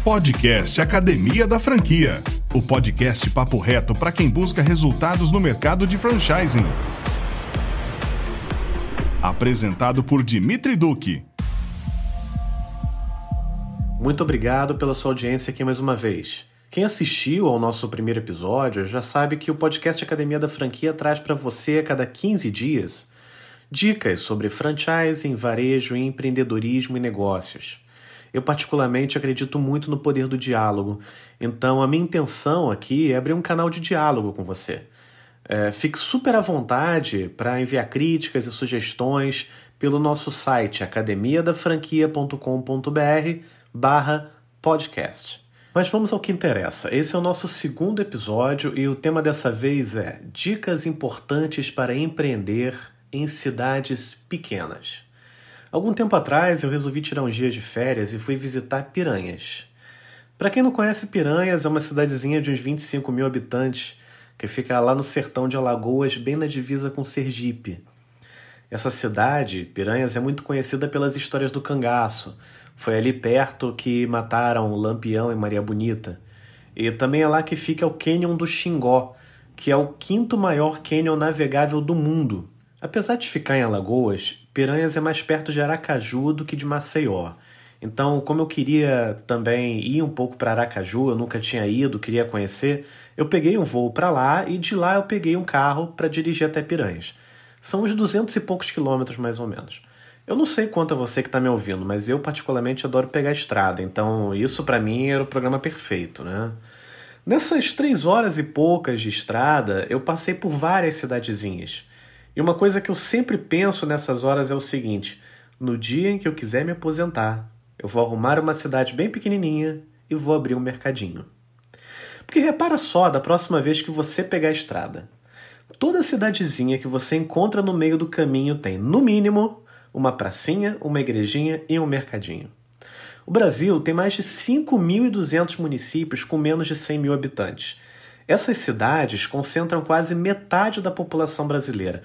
Podcast Academia da Franquia. O podcast papo reto para quem busca resultados no mercado de franchising. Apresentado por Dimitri Duque. Muito obrigado pela sua audiência aqui mais uma vez. Quem assistiu ao nosso primeiro episódio já sabe que o podcast Academia da Franquia traz para você a cada 15 dias dicas sobre franchising, varejo, empreendedorismo e negócios. Eu particularmente acredito muito no poder do diálogo, então a minha intenção aqui é abrir um canal de diálogo com você. Fique super à vontade para enviar críticas e sugestões pelo nosso site academiadafranquia.com.br/podcast. Mas vamos ao que interessa. Esse é o nosso segundo episódio e o tema dessa vez é Dicas importantes para empreender em cidades pequenas. Algum tempo atrás eu resolvi tirar uns dias de férias e fui visitar Piranhas. Para quem não conhece, Piranhas é uma cidadezinha de uns 25 mil habitantes que fica lá no sertão de Alagoas, bem na divisa com Sergipe. Essa cidade, Piranhas, é muito conhecida pelas histórias do cangaço. Foi ali perto que mataram Lampião e Maria Bonita. E também é lá que fica o Cânion do Xingó, que é o quinto maior cânion navegável do mundo. Apesar de ficar em Alagoas, Piranhas é mais perto de Aracaju do que de Maceió. Então, como eu queria também ir um pouco para Aracaju, eu nunca tinha ido, queria conhecer, eu peguei um voo para lá e de lá eu peguei um carro para dirigir até Piranhas. São uns 200 e poucos quilômetros, mais ou menos. Eu não sei quanto a você que está me ouvindo, mas eu particularmente adoro pegar a estrada, então isso para mim era o programa perfeito, né? Nessas 3 horas e poucas de estrada, eu passei por várias cidadezinhas. E uma coisa que eu sempre penso nessas horas é o seguinte: no dia em que eu quiser me aposentar, eu vou arrumar uma cidade bem pequenininha e vou abrir um mercadinho. Porque repara só, da próxima vez que você pegar a estrada, toda cidadezinha que você encontra no meio do caminho tem, no mínimo, uma pracinha, uma igrejinha e um mercadinho. O Brasil tem mais de 5.200 municípios com menos de 100 mil habitantes. Essas cidades concentram quase metade da população brasileira,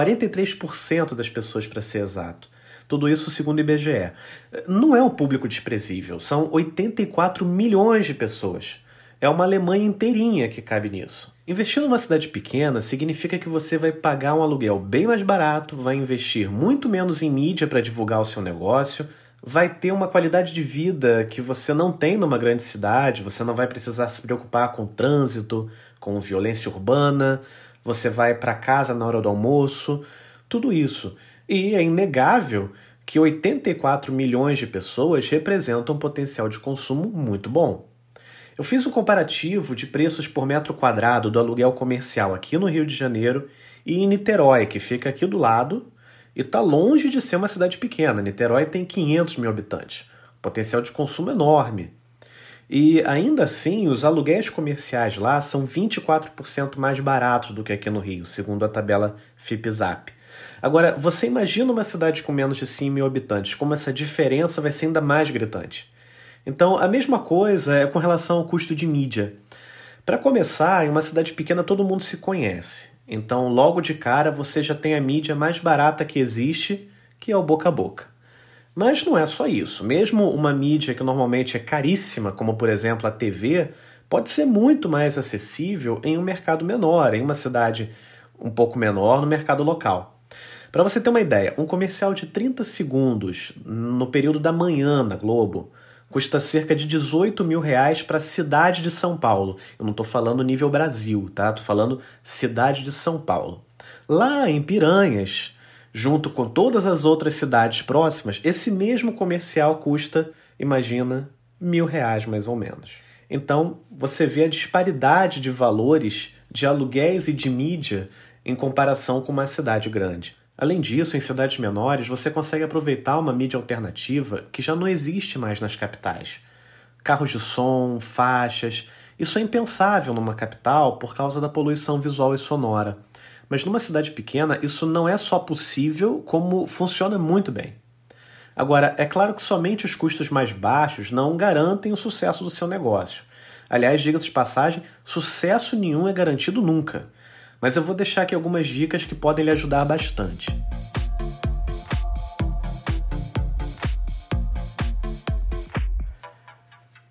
43% das pessoas para ser exato. Tudo isso segundo o IBGE. Não é um público desprezível, são 84 milhões de pessoas. É uma Alemanha inteirinha que cabe nisso. Investir numa cidade pequena significa que você vai pagar um aluguel bem mais barato, vai investir muito menos em mídia para divulgar o seu negócio, vai ter uma qualidade de vida que você não tem numa grande cidade, você não vai precisar se preocupar com trânsito, com violência urbana, você vai para casa na hora do almoço, tudo isso. E é inegável que 84 milhões de pessoas representam um potencial de consumo muito bom. Eu fiz um comparativo de preços por metro quadrado do aluguel comercial aqui no Rio de Janeiro e em Niterói, que fica aqui do lado, e está longe de ser uma cidade pequena. Niterói tem 500 mil habitantes. Potencial de consumo enorme. E ainda assim, os aluguéis comerciais lá são 24% mais baratos do que aqui no Rio, segundo a tabela FIPZAP. Agora, você imagina uma cidade com menos de 100 mil habitantes, como essa diferença vai ser ainda mais gritante. Então, a mesma coisa é com relação ao custo de mídia. Para começar, em uma cidade pequena todo mundo se conhece. Então, logo de cara, você já tem a mídia mais barata que existe, que é o boca a boca. Mas não é só isso. Mesmo uma mídia que normalmente é caríssima, como por exemplo a TV, pode ser muito mais acessível em um mercado menor, em uma cidade um pouco menor, no mercado local. Para você ter uma ideia, um comercial de 30 segundos no período da manhã na Globo custa cerca de R$18 mil para a cidade de São Paulo. Eu não estou falando nível Brasil, tá? Estou falando cidade de São Paulo. Lá em Piranhas, junto com todas as outras cidades próximas, esse mesmo comercial custa, imagina, R$1.000 mais ou menos. Então, você vê a disparidade de valores de aluguéis e de mídia em comparação com uma cidade grande. Além disso, em cidades menores, você consegue aproveitar uma mídia alternativa que já não existe mais nas capitais. Carros de som, faixas... Isso é impensável numa capital por causa da poluição visual e sonora. Mas numa cidade pequena, isso não é só possível, como funciona muito bem. Agora, é claro que somente os custos mais baixos não garantem o sucesso do seu negócio. Aliás, diga-se de passagem, sucesso nenhum é garantido nunca. Mas eu vou deixar aqui algumas dicas que podem lhe ajudar bastante.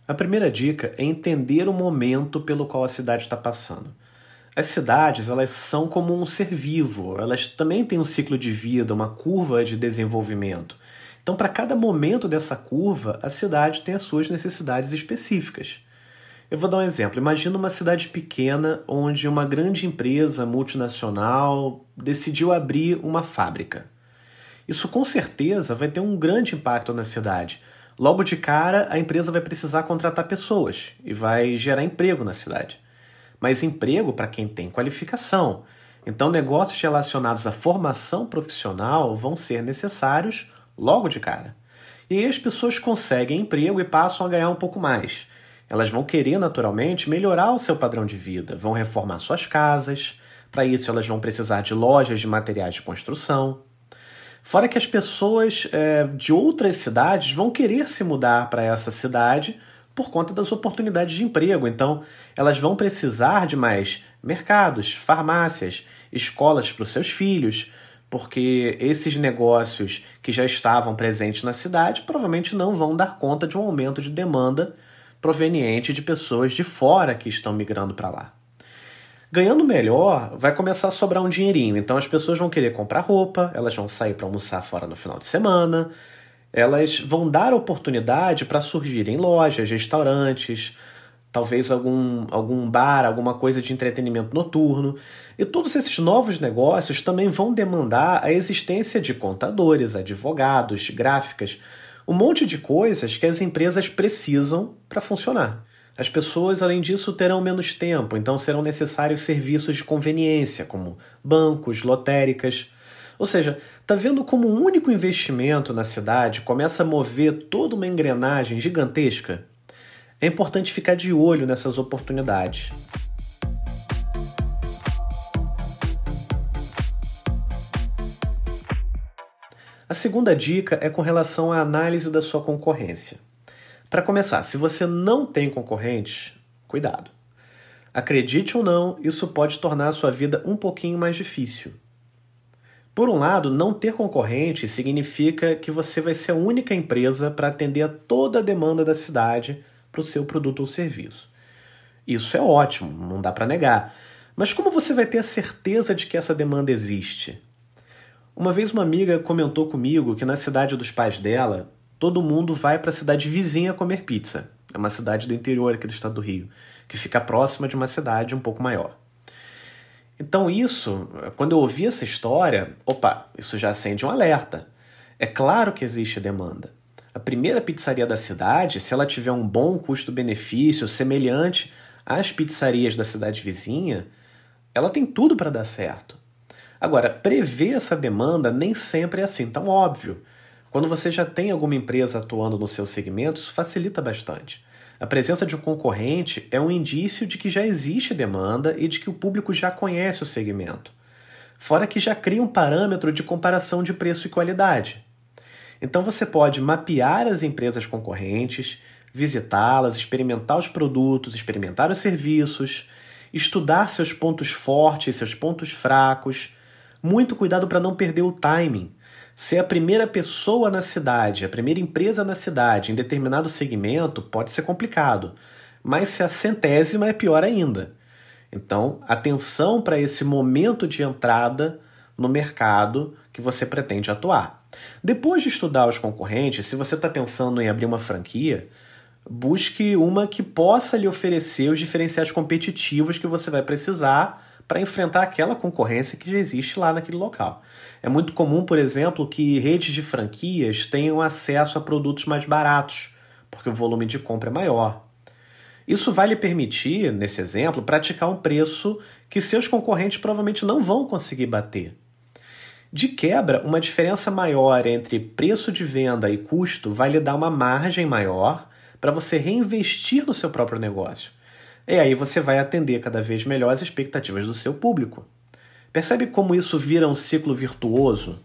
A primeira dica é entender o momento pelo qual a cidade está passando. As cidades, elas são como um ser vivo, elas também têm um ciclo de vida, uma curva de desenvolvimento. Então, para cada momento dessa curva, a cidade tem as suas necessidades específicas. Eu vou dar um exemplo. Imagina uma cidade pequena onde uma grande empresa multinacional decidiu abrir uma fábrica. Isso com certeza vai ter um grande impacto na cidade. Logo de cara, a empresa vai precisar contratar pessoas e vai gerar emprego na cidade. Mas emprego para quem tem qualificação. Então, negócios relacionados à formação profissional vão ser necessários logo de cara. E aí as pessoas conseguem emprego e passam a ganhar um pouco mais. Elas vão querer, naturalmente, melhorar o seu padrão de vida, vão reformar suas casas. Para isso, elas vão precisar de lojas de materiais de construção. Fora que as pessoas de outras cidades vão querer se mudar para essa cidade por conta das oportunidades de emprego. Então, elas vão precisar de mais mercados, farmácias, escolas para os seus filhos, porque esses negócios que já estavam presentes na cidade provavelmente não vão dar conta de um aumento de demanda proveniente de pessoas de fora que estão migrando para lá. Ganhando melhor, vai começar a sobrar um dinheirinho. Então as pessoas vão querer comprar roupa, elas vão sair para almoçar fora no final de semana, elas vão dar oportunidade para surgirem lojas, restaurantes, talvez algum bar, alguma coisa de entretenimento noturno. E todos esses novos negócios também vão demandar a existência de contadores, advogados, gráficas, um monte de coisas que as empresas precisam para funcionar. As pessoas, além disso, terão menos tempo, então serão necessários serviços de conveniência, como bancos, lotéricas. Ou seja, está vendo como um único investimento na cidade começa a mover toda uma engrenagem gigantesca? É importante ficar de olho nessas oportunidades. A segunda dica é com relação à análise da sua concorrência. Para começar, se você não tem concorrentes, cuidado. Acredite ou não, isso pode tornar a sua vida um pouquinho mais difícil. Por um lado, não ter concorrente significa que você vai ser a única empresa para atender a toda a demanda da cidade para o seu produto ou serviço. Isso é ótimo, não dá para negar. Mas como você vai ter a certeza de que essa demanda existe? Uma vez uma amiga comentou comigo que na cidade dos pais dela, todo mundo vai para a cidade vizinha comer pizza. É uma cidade do interior aqui do estado do Rio, que fica próxima de uma cidade um pouco maior. Então isso, quando eu ouvi essa história, isso já acende um alerta. É claro que existe demanda. A primeira pizzaria da cidade, se ela tiver um bom custo-benefício semelhante às pizzarias da cidade vizinha, ela tem tudo para dar certo. Agora, prever essa demanda nem sempre é assim tão óbvio. Quando você já tem alguma empresa atuando no seu segmento, isso facilita bastante. A presença de um concorrente é um indício de que já existe demanda e de que o público já conhece o segmento. Fora que já cria um parâmetro de comparação de preço e qualidade. Então você pode mapear as empresas concorrentes, visitá-las, experimentar os produtos, experimentar os serviços, estudar seus pontos fortes, seus pontos fracos. Muito cuidado para não perder o timing. Ser a primeira pessoa na cidade, a primeira empresa na cidade em determinado segmento pode ser complicado, mas ser a centésima é pior ainda. Então, atenção para esse momento de entrada no mercado que você pretende atuar. Depois de estudar os concorrentes, se você está pensando em abrir uma franquia, busque uma que possa lhe oferecer os diferenciais competitivos que você vai precisar para enfrentar aquela concorrência que já existe lá naquele local. É muito comum, por exemplo, que redes de franquias tenham acesso a produtos mais baratos, porque o volume de compra é maior. Isso vai lhe permitir, nesse exemplo, praticar um preço que seus concorrentes provavelmente não vão conseguir bater. De quebra, uma diferença maior entre preço de venda e custo vai lhe dar uma margem maior para você reinvestir no seu próprio negócio. E aí você vai atender cada vez melhor as expectativas do seu público. Percebe como isso vira um ciclo virtuoso?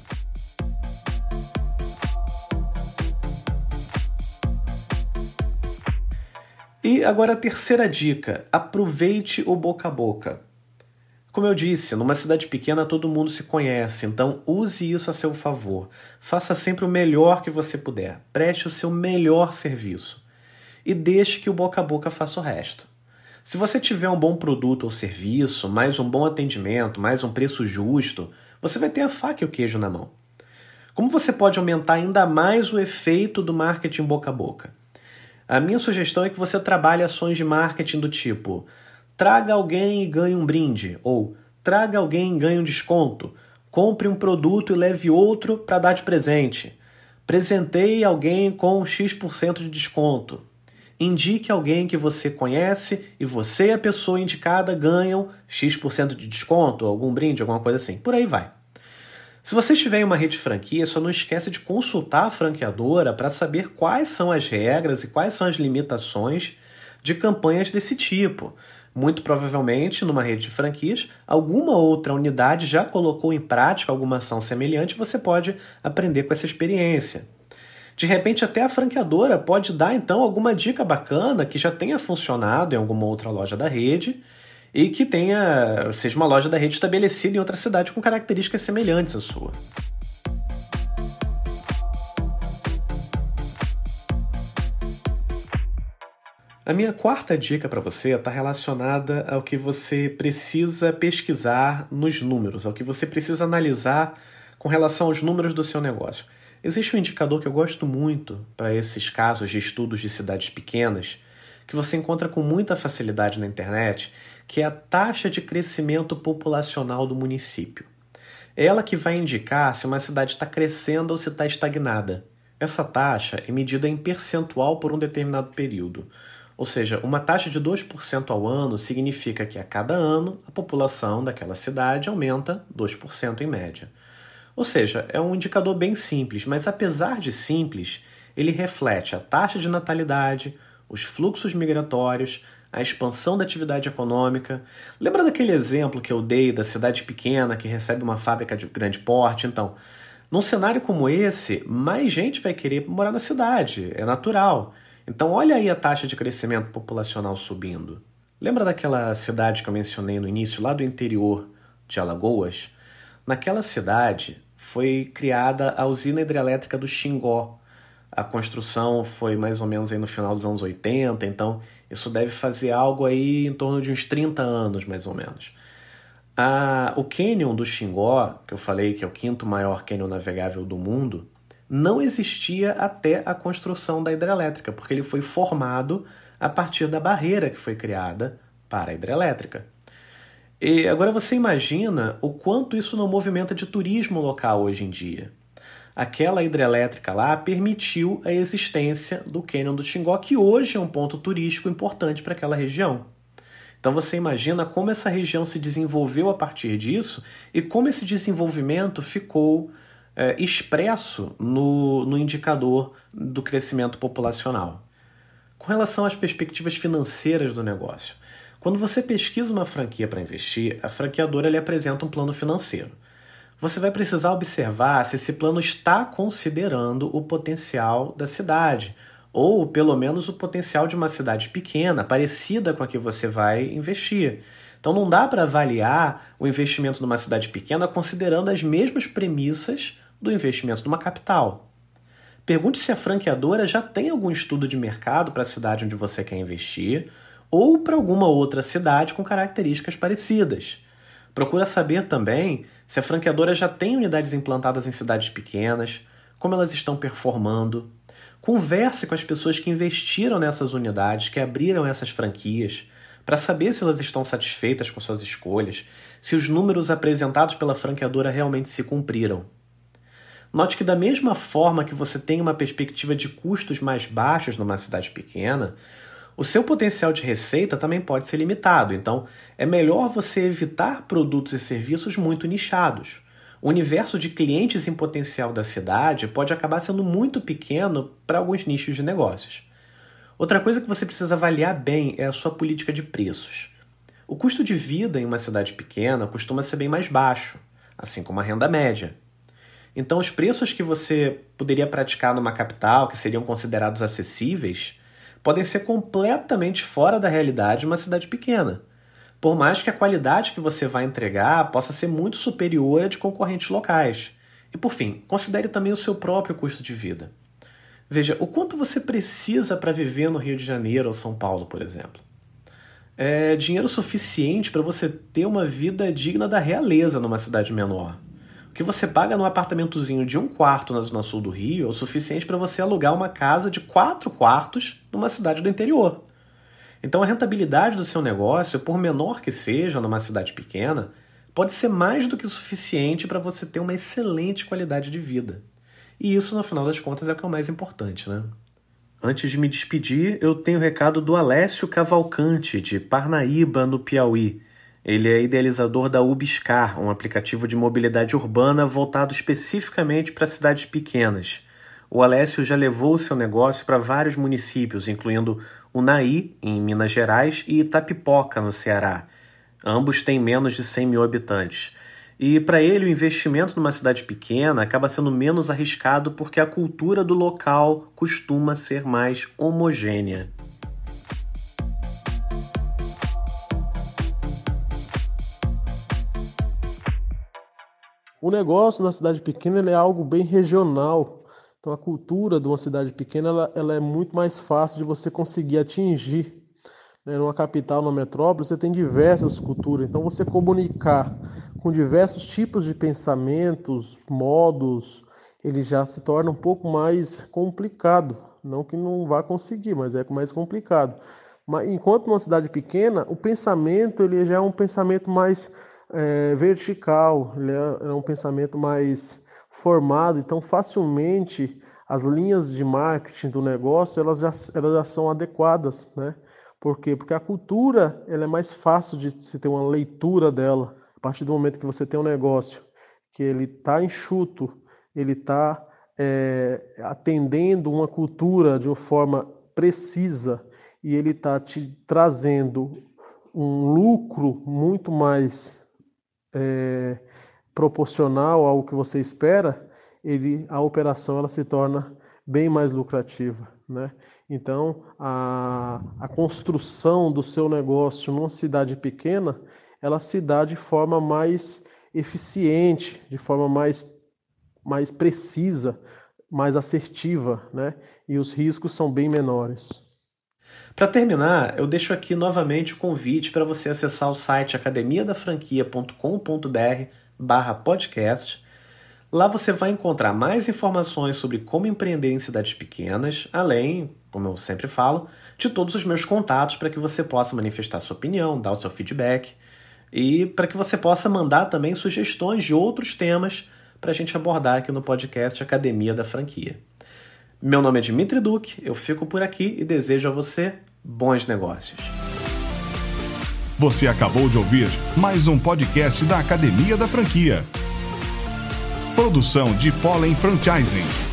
E agora a terceira dica, aproveite o boca a boca. Como eu disse, numa cidade pequena todo mundo se conhece, então use isso a seu favor. Faça sempre o melhor que você puder, preste o seu melhor serviço. e deixe que o boca a boca faça o resto. Se você tiver um bom produto ou serviço, mais um bom atendimento, mais um preço justo, você vai ter a faca e o queijo na mão. Como você pode aumentar ainda mais o efeito do marketing boca a boca? A minha sugestão é que você trabalhe ações de marketing do tipo: traga alguém e ganhe um brinde, ou traga alguém e ganhe um desconto, compre um produto e leve outro para dar de presente, presenteie alguém com X% de desconto, indique alguém que você conhece e você e a pessoa indicada ganham X% de desconto, algum brinde, alguma coisa assim, por aí vai. Se você estiver em uma rede de franquia, só não esquece de consultar a franqueadora para saber quais são as regras e quais são as limitações de campanhas desse tipo. Muito provavelmente, numa rede de franquias, alguma outra unidade já colocou em prática alguma ação semelhante e você pode aprender com essa experiência. De repente, até a franqueadora pode dar, então, alguma dica bacana que já tenha funcionado em alguma outra loja da rede e que seja uma loja da rede estabelecida em outra cidade com características semelhantes à sua. A minha quarta dica para você está relacionada ao que você precisa pesquisar nos números, ao que você precisa analisar com relação aos números do seu negócio. Existe um indicador que eu gosto muito para esses casos de estudos de cidades pequenas, que você encontra com muita facilidade na internet, que é a taxa de crescimento populacional do município. É ela que vai indicar se uma cidade está crescendo ou se está estagnada. Essa taxa é medida em percentual por um determinado período. Ou seja, uma taxa de 2% ao ano significa que a cada ano a população daquela cidade aumenta 2% em média. Ou seja, é um indicador bem simples, mas apesar de simples, ele reflete a taxa de natalidade, os fluxos migratórios, a expansão da atividade econômica. Lembra daquele exemplo que eu dei da cidade pequena que recebe uma fábrica de grande porte? Então, num cenário como esse, mais gente vai querer morar na cidade, é natural. Então, olha aí a taxa de crescimento populacional subindo. Lembra daquela cidade que eu mencionei no início, lá do interior de Alagoas? Naquela cidade foi criada a usina hidrelétrica do Xingó. A construção foi mais ou menos aí no final dos anos 80, então isso deve fazer algo aí em torno de uns 30 anos, mais ou menos. O cânion do Xingó, que eu falei que é o quinto maior cânion navegável do mundo, não existia até a construção da hidrelétrica, porque ele foi formado a partir da barreira que foi criada para a hidrelétrica. E agora você imagina o quanto isso não movimenta de turismo local hoje em dia. Aquela hidrelétrica lá permitiu a existência do cânion do Xingó, que hoje é um ponto turístico importante para aquela região. Então você imagina como essa região se desenvolveu a partir disso e como esse desenvolvimento ficou expresso no indicador do crescimento populacional. Com relação às perspectivas financeiras do negócio, quando você pesquisa uma franquia para investir, a franqueadora lhe apresenta um plano financeiro. Você vai precisar observar se esse plano está considerando o potencial da cidade, ou pelo menos o potencial de uma cidade pequena, parecida com a que você vai investir. Então não dá para avaliar o investimento numa cidade pequena considerando as mesmas premissas do investimento numa capital. Pergunte se a franqueadora já tem algum estudo de mercado para a cidade onde você quer investir ou para alguma outra cidade com características parecidas. Procura saber também se a franqueadora já tem unidades implantadas em cidades pequenas, como elas estão performando. Converse com as pessoas que investiram nessas unidades, que abriram essas franquias, para saber se elas estão satisfeitas com suas escolhas, se os números apresentados pela franqueadora realmente se cumpriram. Note que da mesma forma que você tem uma perspectiva de custos mais baixos numa cidade pequena, o seu potencial de receita também pode ser limitado, então é melhor você evitar produtos e serviços muito nichados. O universo de clientes em potencial da cidade pode acabar sendo muito pequeno para alguns nichos de negócios. Outra coisa que você precisa avaliar bem é a sua política de preços. O custo de vida em uma cidade pequena costuma ser bem mais baixo, assim como a renda média. Então, os preços que você poderia praticar numa capital, que seriam considerados acessíveis, podem ser completamente fora da realidade de uma cidade pequena, por mais que a qualidade que você vai entregar possa ser muito superior à de concorrentes locais. E por fim, considere também o seu próprio custo de vida. Veja, o quanto você precisa para viver no Rio de Janeiro ou São Paulo, por exemplo? É dinheiro suficiente para você ter uma vida digna da realeza numa cidade menor. O que você paga num apartamentozinho de 1 quarto na zona sul do Rio é o suficiente para você alugar uma casa de 4 quartos numa cidade do interior. Então a rentabilidade do seu negócio, por menor que seja numa cidade pequena, pode ser mais do que suficiente para você ter uma excelente qualidade de vida. E isso, no final das contas, é o que é o mais importante, né? Antes de me despedir, eu tenho o recado do Alessio Cavalcante, de Parnaíba, no Piauí. Ele é idealizador da Ubiscar, um aplicativo de mobilidade urbana voltado especificamente para cidades pequenas. O Alessio já levou o seu negócio para vários municípios, incluindo Unai, em Minas Gerais, e Itapipoca, no Ceará. Ambos têm menos de 100 mil habitantes. E para ele, o investimento numa cidade pequena acaba sendo menos arriscado porque a cultura do local costuma ser mais homogênea. O negócio na cidade pequena ele é algo bem regional. Então a cultura de uma cidade pequena ela é muito mais fácil de você conseguir atingir. Numa capital, numa metrópole, você tem diversas culturas. Então você comunicar com diversos tipos de pensamentos, modos, ele já se torna um pouco mais complicado. Não que não vá conseguir, mas é mais complicado. Mas enquanto numa cidade pequena, o pensamento ele já é um pensamento mais vertical, ele é um pensamento mais formado, então facilmente as linhas de marketing do negócio elas já são adequadas, né? Por quê? Porque a cultura ela é mais fácil de se ter uma leitura dela. A partir do momento que você tem um negócio que ele está enxuto, ele está atendendo uma cultura de uma forma precisa e ele está te trazendo um lucro muito mais proporcional ao que você espera, a operação ela se torna bem mais lucrativa, né? Então, a construção do seu negócio numa cidade pequena, ela se dá de forma mais eficiente, de forma mais precisa, mais assertiva, né? E os riscos são bem menores. Para terminar, eu deixo aqui novamente o convite para você acessar o site academiadafranquia.com.br/podcast. Lá você vai encontrar mais informações sobre como empreender em cidades pequenas, além, como eu sempre falo, de todos os meus contatos para que você possa manifestar sua opinião, dar o seu feedback e para que você possa mandar também sugestões de outros temas para a gente abordar aqui no podcast Academia da Franquia. Meu nome é Dimitri Duque, eu fico por aqui e desejo a você bons negócios. Você acabou de ouvir mais um podcast da Academia da Franquia. Produção de Pollen Franchising.